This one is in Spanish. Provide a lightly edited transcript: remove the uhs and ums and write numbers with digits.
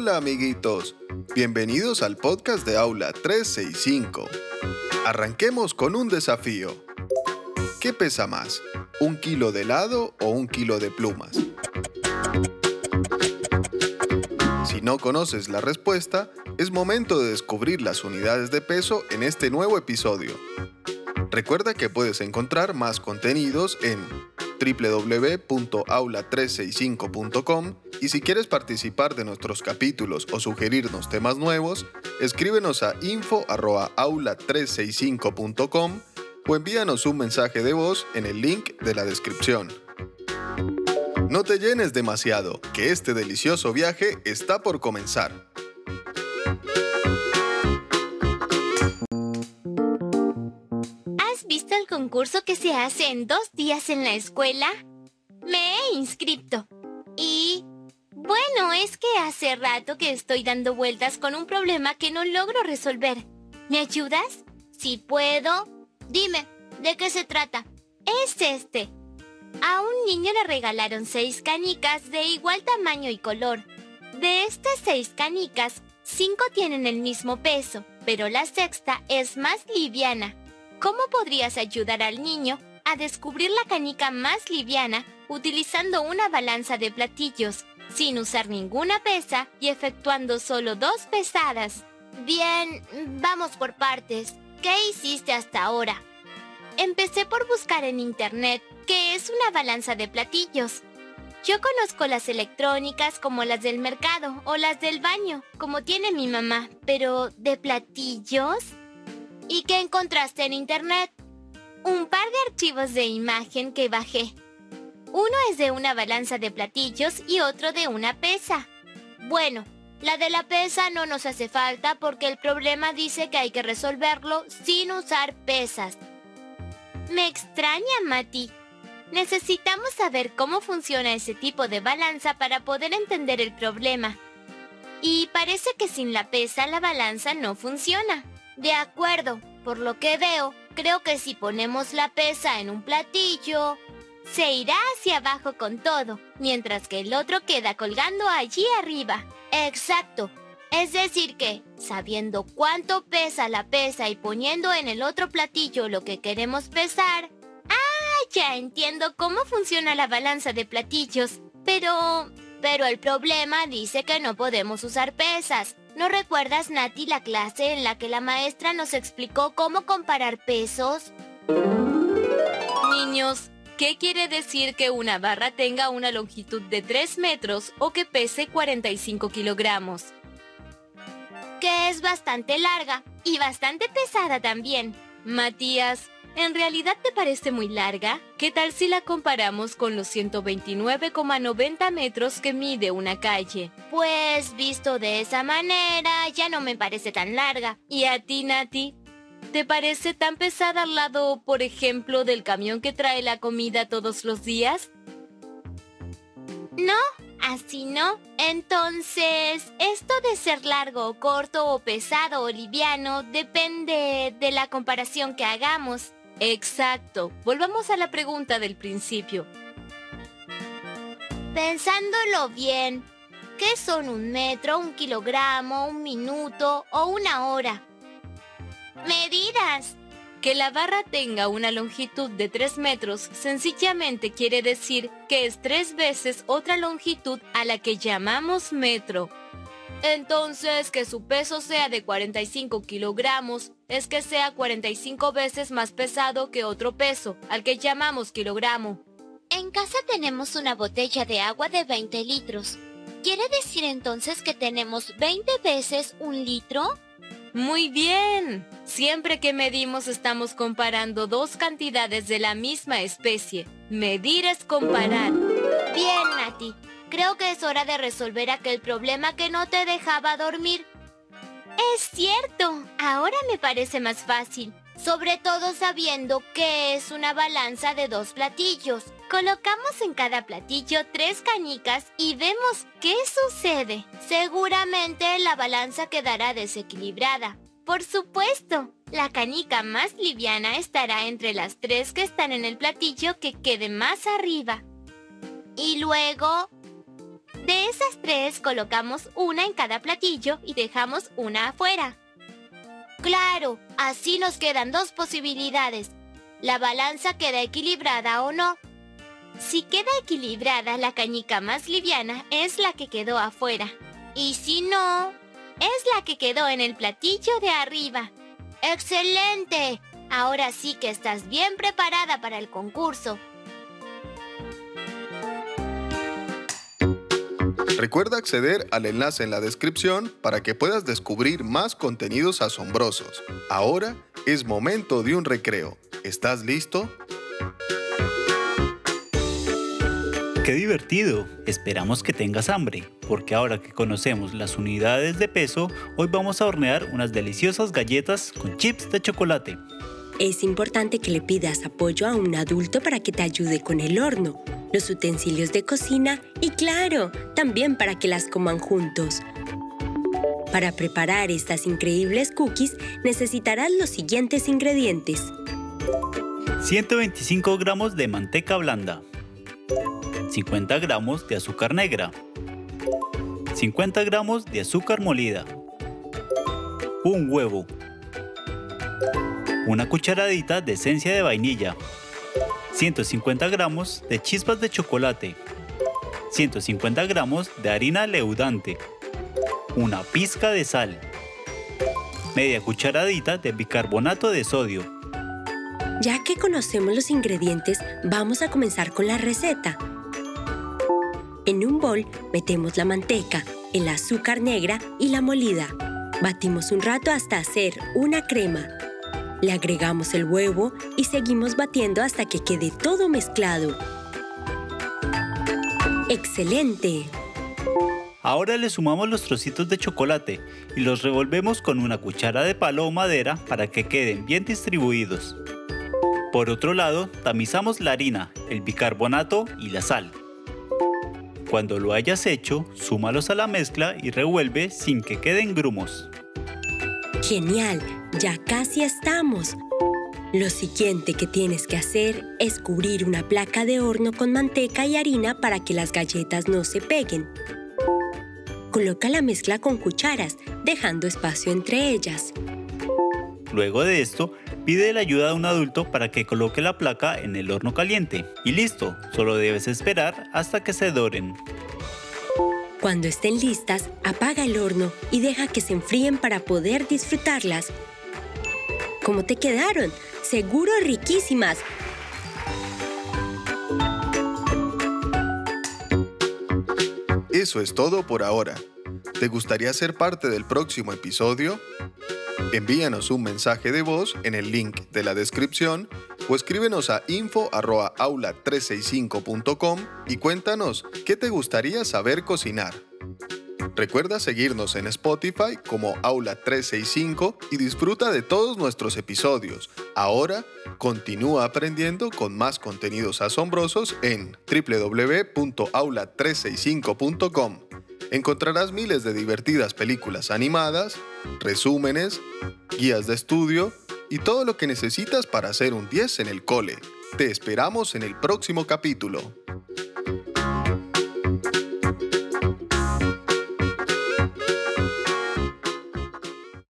Hola amiguitos, bienvenidos al podcast de Aula 365. Arranquemos con un desafío. ¿Qué pesa más? ¿1 kilo de helado o 1 kilo de plumas? Si no conoces la respuesta, es momento de descubrir las unidades de peso en este nuevo episodio. Recuerda que puedes encontrar más contenidos en www.aula365.com y si quieres participar de nuestros capítulos o sugerirnos temas nuevos, escríbenos a info@aula365.com o envíanos un mensaje de voz en el link de la descripción. No te llenes demasiado, que este delicioso viaje está por comenzar. ¿Has visto el concurso que se hace en 2 días en la escuela? Me he inscrito. Y bueno, es que hace rato que estoy dando vueltas con un problema que no logro resolver. ¿Me ayudas? Si puedo. Dime, ¿de qué se trata? Es este. A un niño le regalaron 6 canicas de igual tamaño y color. De estas 6 canicas, 5 tienen el mismo peso, pero la sexta es más liviana. ¿Cómo podrías ayudar al niño a descubrir la canica más liviana utilizando una balanza de platillos, sin usar ninguna pesa y efectuando solo 2 pesadas? Bien, vamos por partes. ¿Qué hiciste hasta ahora? Empecé por buscar en internet qué es una balanza de platillos. Yo conozco las electrónicas como las del mercado o las del baño, como tiene mi mamá, pero ¿de platillos? ¿Y qué encontraste en internet? Un par de archivos de imagen que bajé. Uno es de una balanza de platillos y otro de una pesa. Bueno, la de la pesa no nos hace falta porque el problema dice que hay que resolverlo sin usar pesas. Me extraña, Mati. Necesitamos saber cómo funciona ese tipo de balanza para poder entender el problema. Y parece que sin la pesa la balanza no funciona. De acuerdo, por lo que veo, creo que si ponemos la pesa en un platillo, se irá hacia abajo con todo, mientras que el otro queda colgando allí arriba. Exacto. Es decir que, sabiendo cuánto pesa la pesa y poniendo en el otro platillo lo que queremos pesar... ¡Ah! Ya entiendo cómo funciona la balanza de platillos. Pero el problema dice que no podemos usar pesas. ¿No recuerdas, Nati, la clase en la que la maestra nos explicó cómo comparar pesos? Niños, ¿qué quiere decir que una barra tenga una longitud de 3 metros o que pese 45 kilogramos? Que es bastante larga y bastante pesada también. Matías, ¿en realidad te parece muy larga? ¿Qué tal si la comparamos con los 129,90 metros que mide una calle? Pues, visto de esa manera, ya no me parece tan larga. ¿Y a ti, Nati? ¿Te parece tan pesada al lado, por ejemplo, del camión que trae la comida todos los días? No, así no. Entonces, esto de ser largo o corto o pesado o liviano depende de la comparación que hagamos. Exacto. Volvamos a la pregunta del principio. Pensándolo bien, ¿qué son 1 metro, 1 kilogramo, 1 minuto o 1 hora? Medidas. Que la barra tenga una longitud de 3 metros sencillamente quiere decir que es 3 veces otra longitud a la que llamamos metro. Entonces, que su peso sea de 45 kilogramos es que sea 45 veces más pesado que otro peso, al que llamamos kilogramo. En casa tenemos una botella de agua de 20 litros. ¿Quiere decir entonces que tenemos 20 veces 1 litro? ¡Muy bien! Siempre que medimos estamos comparando 2 cantidades de la misma especie. Medir es comparar. Bien, Nati. Creo que es hora de resolver aquel problema que no te dejaba dormir. Es cierto. Ahora me parece más fácil. Sobre todo sabiendo que es una balanza de 2 platillos. Colocamos en cada platillo 3 canicas y vemos qué sucede. Seguramente la balanza quedará desequilibrada. Por supuesto, la canica más liviana estará entre las 3 que están en el platillo que quede más arriba. Y luego, de esa esas 3 colocamos una en cada platillo y dejamos una afuera. Claro, así nos quedan 2 posibilidades. La balanza queda equilibrada o no. Si queda equilibrada, la cañica más liviana es la que quedó afuera. Y si no, es la que quedó en el platillo de arriba. ¡Excelente! Ahora sí que estás bien preparada para el concurso. Recuerda acceder al enlace en la descripción para que puedas descubrir más contenidos asombrosos. Ahora es momento de un recreo. ¿Estás listo? ¡Qué divertido! Esperamos que tengas hambre, porque ahora que conocemos las unidades de peso, hoy vamos a hornear unas deliciosas galletas con chips de chocolate. Es importante que le pidas apoyo a un adulto para que te ayude con el horno, los utensilios de cocina y, claro, también para que las coman juntos. Para preparar estas increíbles cookies necesitarás los siguientes ingredientes. 125 gramos de manteca blanda, 50 gramos de azúcar negra, 50 gramos de azúcar molida, un huevo, una cucharadita de esencia de vainilla, 150 gramos de chispas de chocolate, 150 gramos de harina leudante, una pizca de sal, media cucharadita de bicarbonato de sodio. Ya que conocemos los ingredientes, vamos a comenzar con la receta. En un bol metemos la manteca, el azúcar negra y la molida. Batimos un rato hasta hacer una crema. Le agregamos el huevo y seguimos batiendo hasta que quede todo mezclado. ¡Excelente! Ahora le sumamos los trocitos de chocolate y los revolvemos con una cuchara de palo o madera para que queden bien distribuidos. Por otro lado, tamizamos la harina, el bicarbonato y la sal. Cuando lo hayas hecho, súmalos a la mezcla y revuelve sin que queden grumos. ¡Genial! ¡Ya casi estamos! Lo siguiente que tienes que hacer es cubrir una placa de horno con manteca y harina para que las galletas no se peguen. Coloca la mezcla con cucharas, dejando espacio entre ellas. Luego de esto, pide la ayuda de un adulto para que coloque la placa en el horno caliente. Y listo, solo debes esperar hasta que se doren. Cuando estén listas, apaga el horno y deja que se enfríen para poder disfrutarlas. ¿Cómo te quedaron? ¡Seguro riquísimas! Eso es todo por ahora. ¿Te gustaría ser parte del próximo episodio? Envíanos un mensaje de voz en el link de la descripción o escríbenos a info@aula365.com y cuéntanos qué te gustaría saber cocinar. Recuerda seguirnos en Spotify como Aula365 y disfruta de todos nuestros episodios. Ahora, continúa aprendiendo con más contenidos asombrosos en www.aula365.com. Encontrarás miles de divertidas películas animadas, resúmenes, guías de estudio y todo lo que necesitas para hacer un 10 en el cole. Te esperamos en el próximo capítulo.